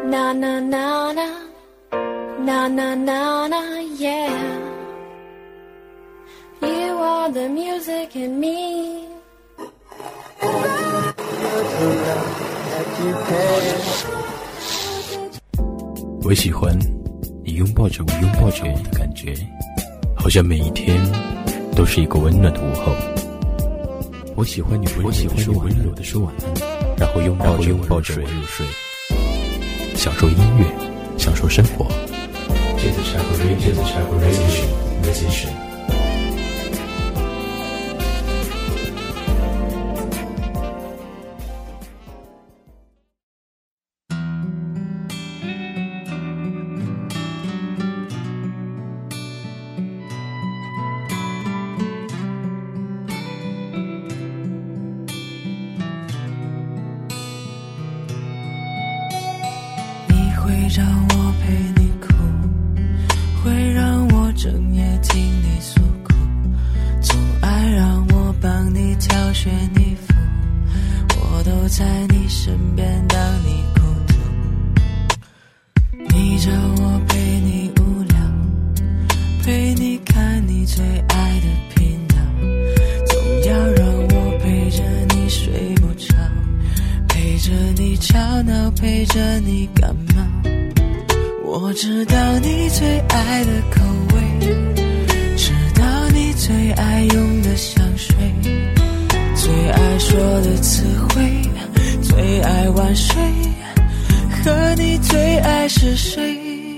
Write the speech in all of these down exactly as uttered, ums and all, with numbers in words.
Na na na na, na na na na, yeah. You are the music in me. 我喜欢你拥抱着我，拥抱着我的感觉，好像每一天都是一个温暖的午后。我喜欢你温柔的说晚安，然后拥抱着我入睡，享受音乐，享受生活。这次柴火 radio， 这次柴火 radio，musician。 会让我陪你哭，会让我整夜听你诉苦，总爱让我帮你挑选衣服，我都在你身边当你孤独。你找我陪你无聊，陪你看你最爱的频道，总要让我陪着你睡不着，陪着你吵闹，陪着你感冒。我知道你最爱的口味，知道你最爱用的香水，最爱说的词汇，最爱晚睡，和你最爱是谁？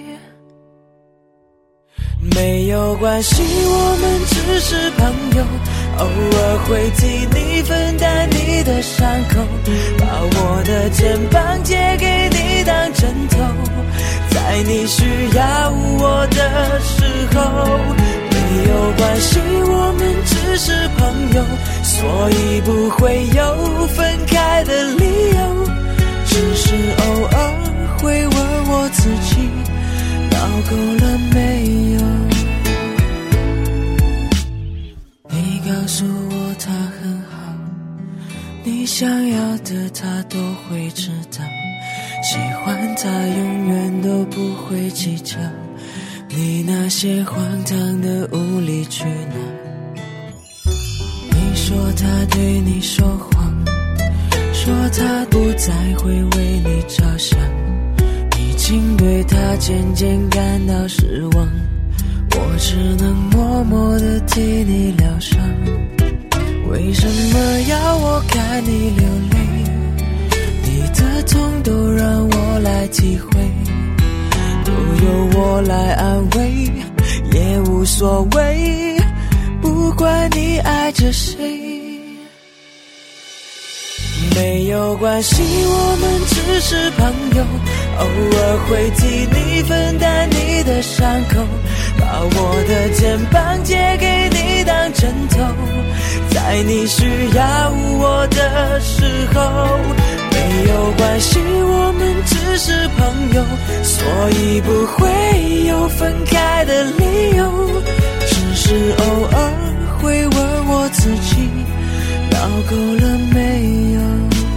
没有关系，我们只是朋友，偶尔会替你分担你的伤口，把我的肩膀借给你当枕头，在你需要我的时候。没有关系，我们只是朋友，所以不会有分开的理由，只是偶尔会问我自己闹够了没有。你告诉我他很好，你想要的他都会知道，喜欢他永远都不会计较，你那些荒唐的无理取闹。你说他对你说谎，说他不再会为你着想，已经对他渐渐感到失望，我只能默默地替你疗伤。为什么要我看你流泪？你的痛都让我来体会，都由我来安慰，也无所谓，不管你爱着谁。没有关系，我们只是朋友，偶尔会替你分担你的伤口，把我的肩膀借给你当枕头，在你需要我的时候。没有关系，我们只是朋友，所以不会有分开的理由，只是偶尔会问我自己闹够了没有。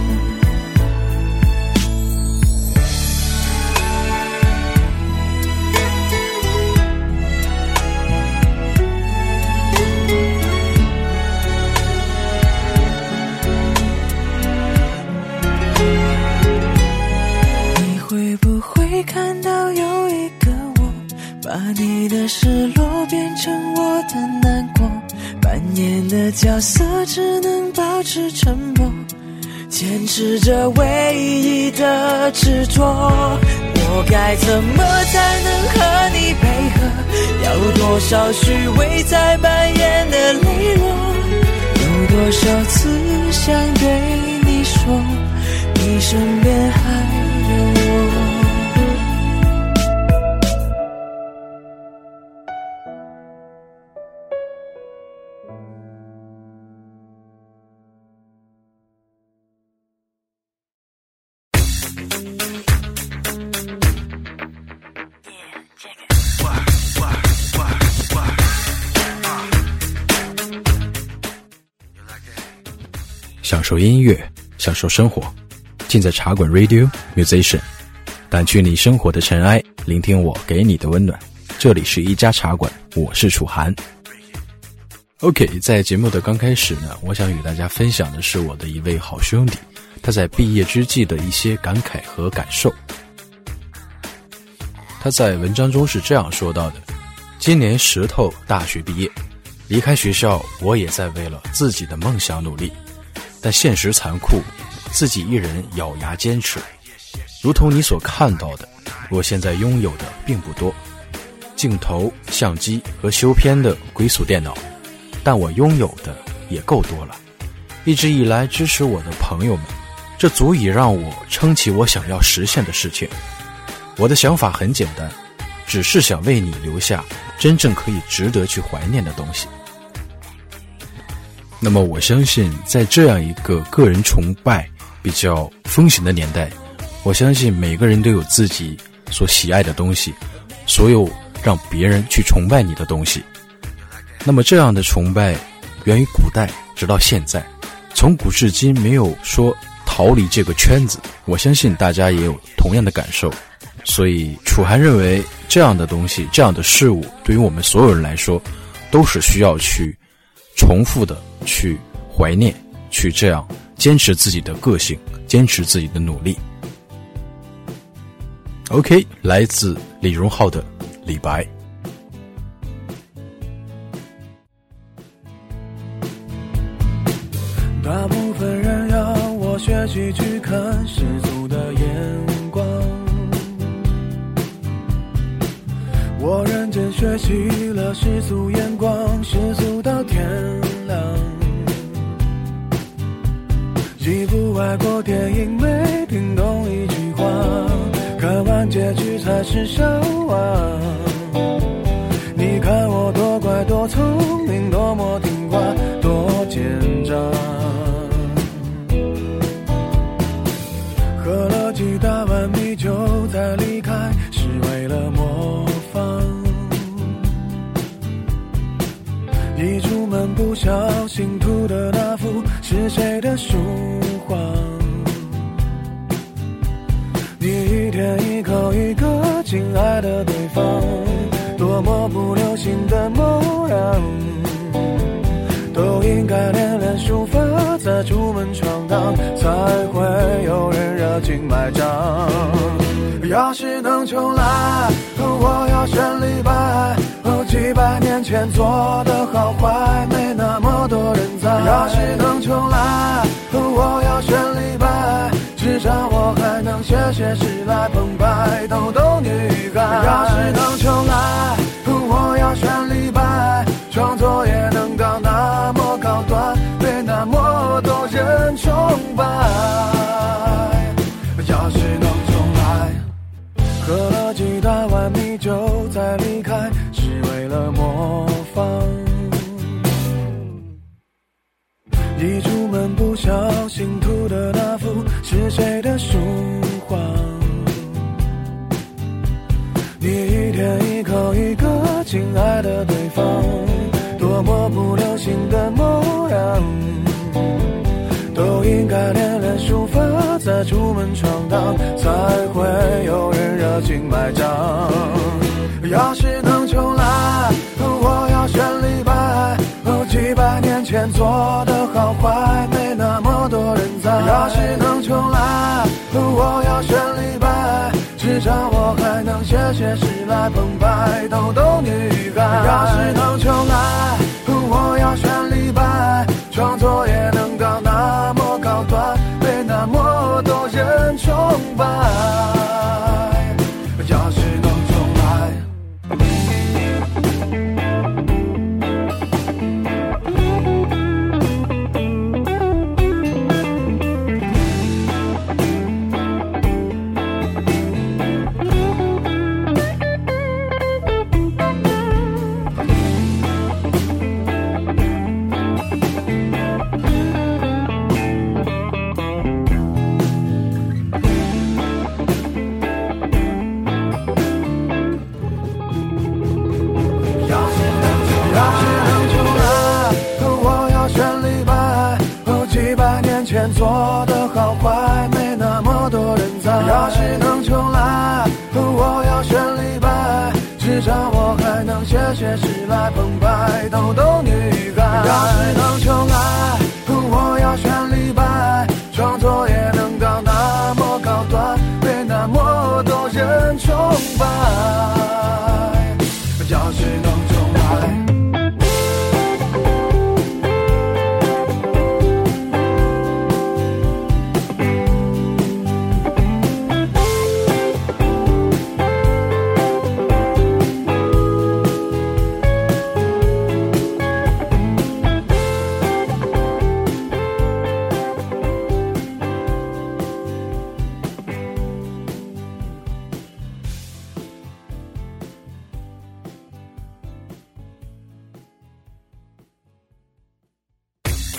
看到有一个我，把你的失落变成我的难过，扮演的角色只能保持沉默，坚持着唯一的执着。我该怎么才能和你配合？要多少虚伪才扮演的磊落？有多少次想对你说，你身边还有我。 享受音乐，享受生活，尽在茶馆 Radio Musician。 掸去你生活的尘埃，聆听我给你的温暖。这里是一家茶馆，我是楚涵。OK， 在节目的刚开始呢，我想与大家分享的是我的一位好兄弟，他在毕业之际的一些感慨和感受。他在文章中是这样说到的：今年石头大学毕业，离开学校，我也在为了自己的梦想努力，但现实残酷，自己一人咬牙坚持。如同你所看到的，我现在拥有的并不多，镜头、相机和修片的归宿电脑，但我拥有的也够多了。一直以来支持我的朋友们，这足以让我撑起我想要实现的事情。我的想法很简单，只是想为你留下真正可以值得去怀念的东西。那么我相信，在这样一个个人崇拜比较风行的年代，我相信每个人都有自己所喜爱的东西，所有让别人去崇拜你的东西。那么这样的崇拜源于古代，直到现在，从古至今没有说逃离这个圈子。我相信大家也有同样的感受，所以楚涵认为这样的东西，这样的事物，对于我们所有人来说，都是需要去重复的去怀念，去这样坚持自己的个性，坚持自己的努力。OK， 来自李荣浩的李白。 大部分人要我学习去看世俗的眼光，我认真学习了世俗眼光，世俗到天亮。几部外国电影没听懂一句话，看完结局才是笑话。你看我多乖多聪明，多么听话，多奸诈。喝了几大碗米酒才离开，是为了模仿。一出门不小心涂的那幅是谁的书画？你一天一口一个亲爱的对方，多么不流行的模样，都应该练练书法，再出门闯荡，才会有人热情买账。要是能重来，我要选李白，几百年前做的好坏，没那么多人在。要是能重来，我要选李白，至少我还能写写诗来澎湃逗逗女孩。要是能重来，我要选李白，创作也能到那么高端，被那么多人崇拜。要是能重来，喝了几大碗米酒再离开，是为了模仿。一出门不小心涂的那幅是谁的书画？你一天一口一个亲爱的对方，多么不流行的模样，都应该练练书法，再出门闯荡，才会有人热情买账。要是能重来，我要选李白，几百年前做的好坏，没那么多人在。要是能重来，我要选李白，至少我还能写写诗来澎湃逗逗女孩。要是能重来，我要选李白，创作也能到那么高端，被那么多人崇拜。要是能重来，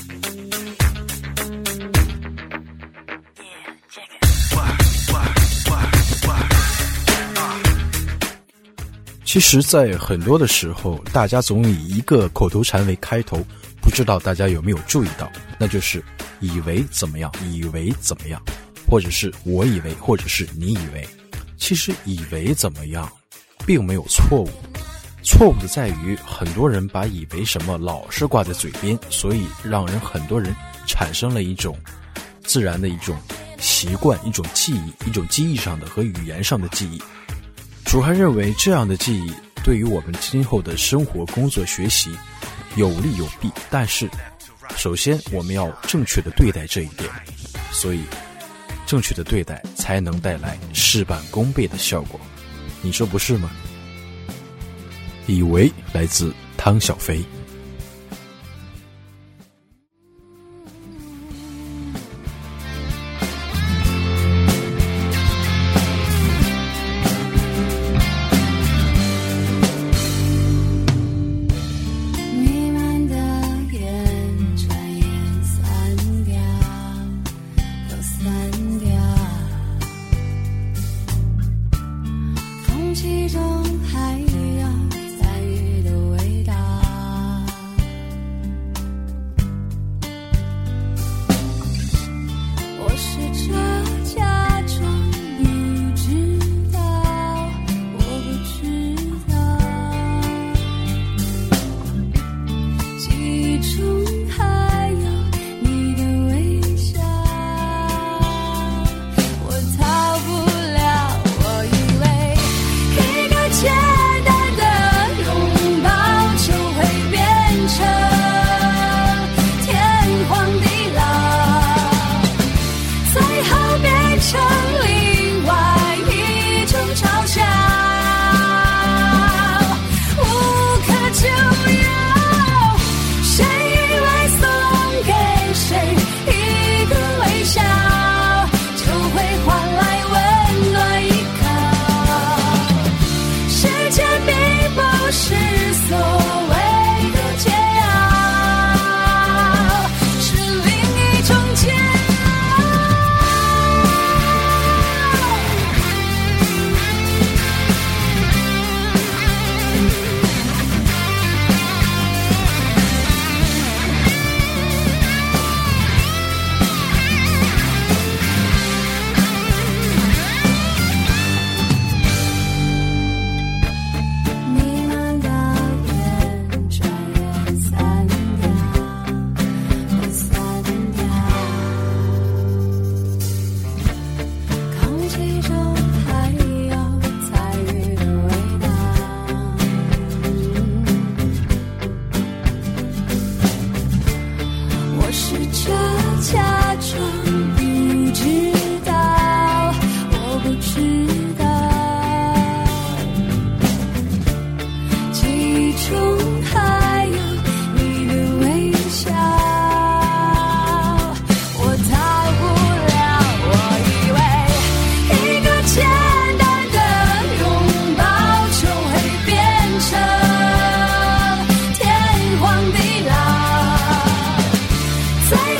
其实在很多的时候，大家总以一个口头禅为开头，不知道大家有没有注意到，那就是以为怎么样，以为怎么样，或者是我以为，或者是你以为。其实以为怎么样并没有错误，错误的在于很多人把以为什么老是挂在嘴边，所以让人很多人产生了一种自然的一种习惯，一种记忆，一种记忆上的和语言上的记忆。主还认为这样的记忆对于我们今后的生活、工作、学习有利有弊，但是首先我们要正确的对待这一点，所以正确的对待才能带来事半功倍的效果，你说不是吗？以为来自汤小飞。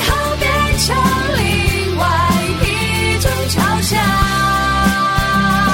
最后变成另外一种嘲笑。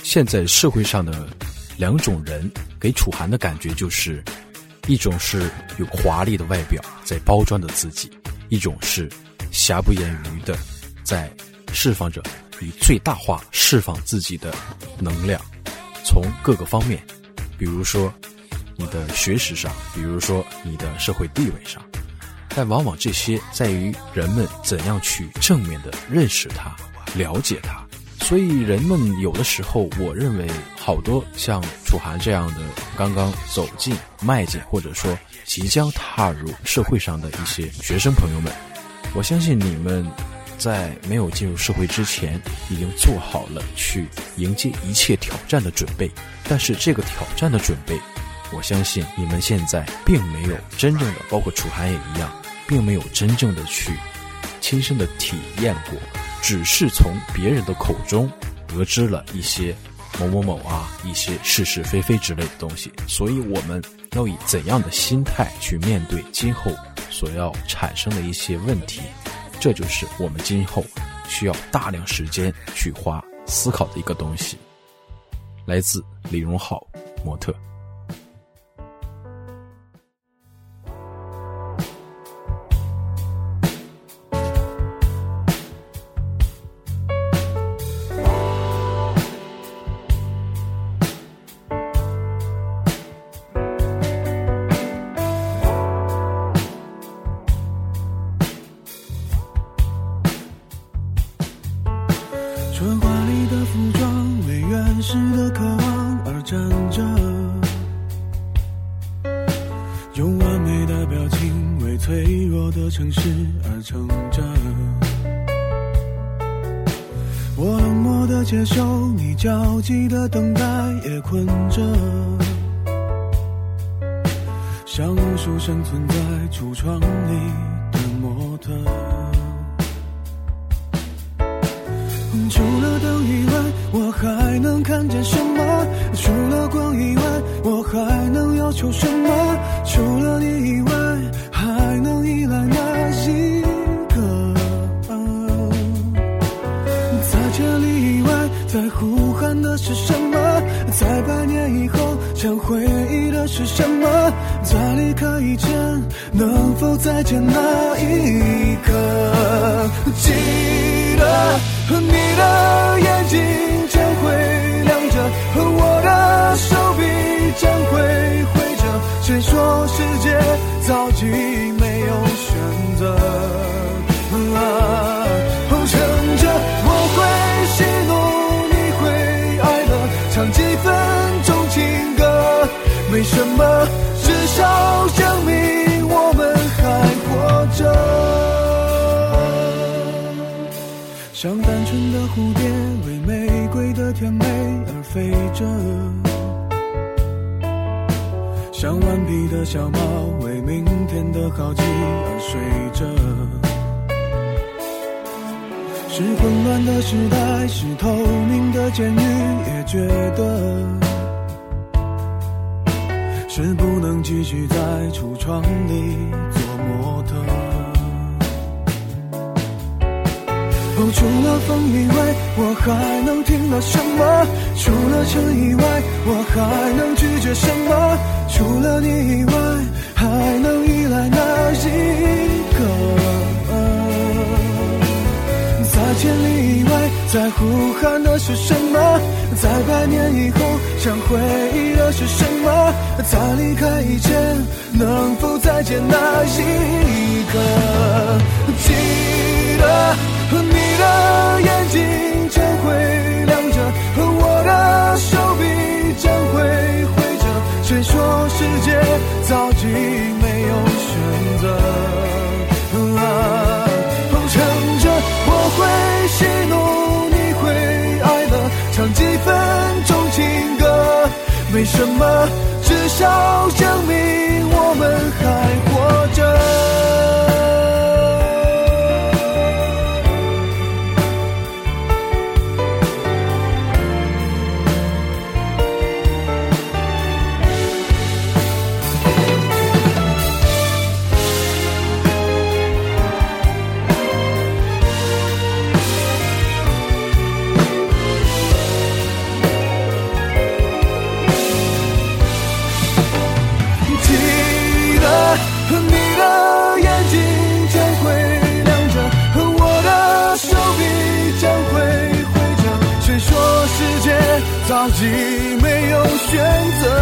现在社会上的两种人给楚涵的感觉就是，一种是有华丽的外表在包装着自己，一种是瑕不掩瑜的在释放着以最大化释放自己的能量，从各个方面，比如说你的学识上，比如说你的社会地位上，但往往这些在于人们怎样去正面的认识它，了解它。所以人们有的时候，我认为好多像楚涵这样的刚刚走进迈进或者说即将踏入社会上的一些学生朋友们，我相信你们在没有进入社会之前已经做好了去迎接一切挑战的准备，但是这个挑战的准备，我相信你们现在并没有真正的，包括楚涵也一样，并没有真正的去亲身的体验过，只是从别人的口中得知了一些某某某啊，一些是是非非之类的东西。所以我们要以怎样的心态去面对今后所要产生的一些问题，这就是我们今后需要大量时间去花思考的一个东西。来自李荣浩，模特。 春华里的服装为原始的渴望而站着，用完美的表情为脆弱的城市而撑着。我冷漠的接受你焦急的等待，也困着，像无数生存在橱窗里的模特。除了灯以外，我还能看见什么？除了光以外，我还能要求什么？除了你以外，还能依赖哪一个？在千里以外，在呼喊的是什么？在百年以后，想回忆的是什么？在离开以前，能否再见那一刻？记得和你的眼睛将会亮着，和我的手臂将会挥着。谁说世界早已没有选择？啊，趁着我会喜怒，你会哀乐，唱几分钟情歌，没什么，至少证明我们还活着。像单纯的蝴蝶为玫瑰的甜美而飞着，像顽皮的小猫为明天的好奇而睡着。是混乱的时代，是透明的监狱，也觉得是不能继续在橱窗里做模特。哦，除了风以外，我还能听到什么？除了尘以外，我还能拒绝什么？除了你以外，还能依赖哪一个？在千里以外，在呼喊的是什么？在百年以后，想回忆的是什么？在离开以前，能否再见那一刻？记得和你的眼睛将会亮着，和我的手臂将会挥着。谁说世界早已没有选择？啊，趁着我会喜怒，你会哀乐，唱几分钟情歌，没什么，至少证明我们还活着。 记没有选择，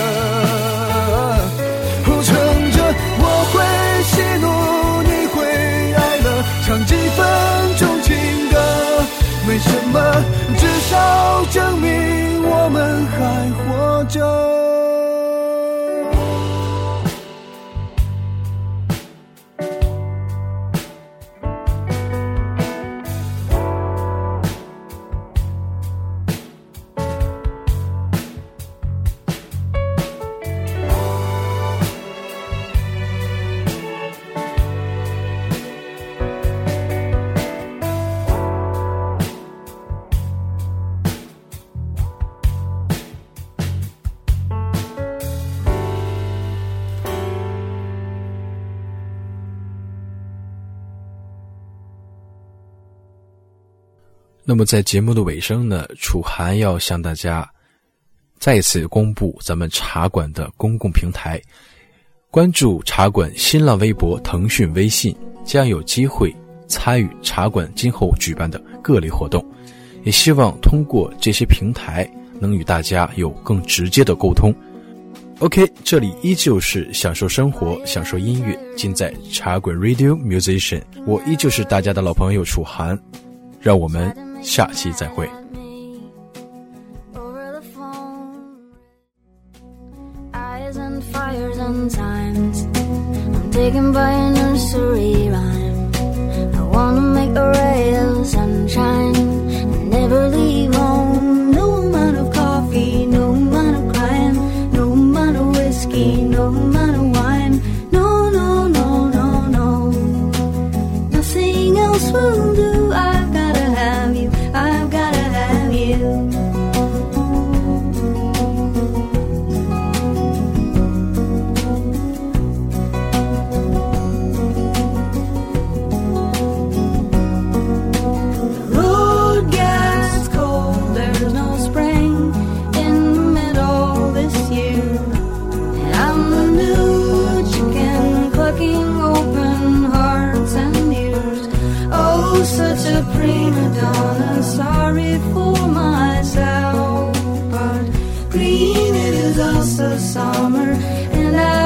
乘着我会喜怒你会哀乐，唱几分钟情歌没什么，至少证明我们还活着。 那么在节目的尾声呢，楚涵要向大家再次公布咱们茶馆的公共平台，关注茶馆新浪微博、腾讯微信，将有机会参与茶馆今后举办的各类活动，也希望通过这些平台能与大家有更直接的沟通。 OK， 这里依旧是享受生活，享受音乐，尽在茶馆 Radio Musician， 我依旧是大家的老朋友楚涵，让我们下期再会。 Eyes and fires and times, I'm taken by a nursery rhyme. I wanna make a ray of sunshine and never leave home. No amount of coffee, no amount of crime, no amount of whiskey, no amount of wine. No, no, no, no, no, nothing else will do. I've gotta have you, I've gotta have you. The road gets cold, there's no spring in the middle this year, and I'm the new chicken clucking open hearts and ears. Oh, such a prima donna, sorry for myself, but green it is also summer, and I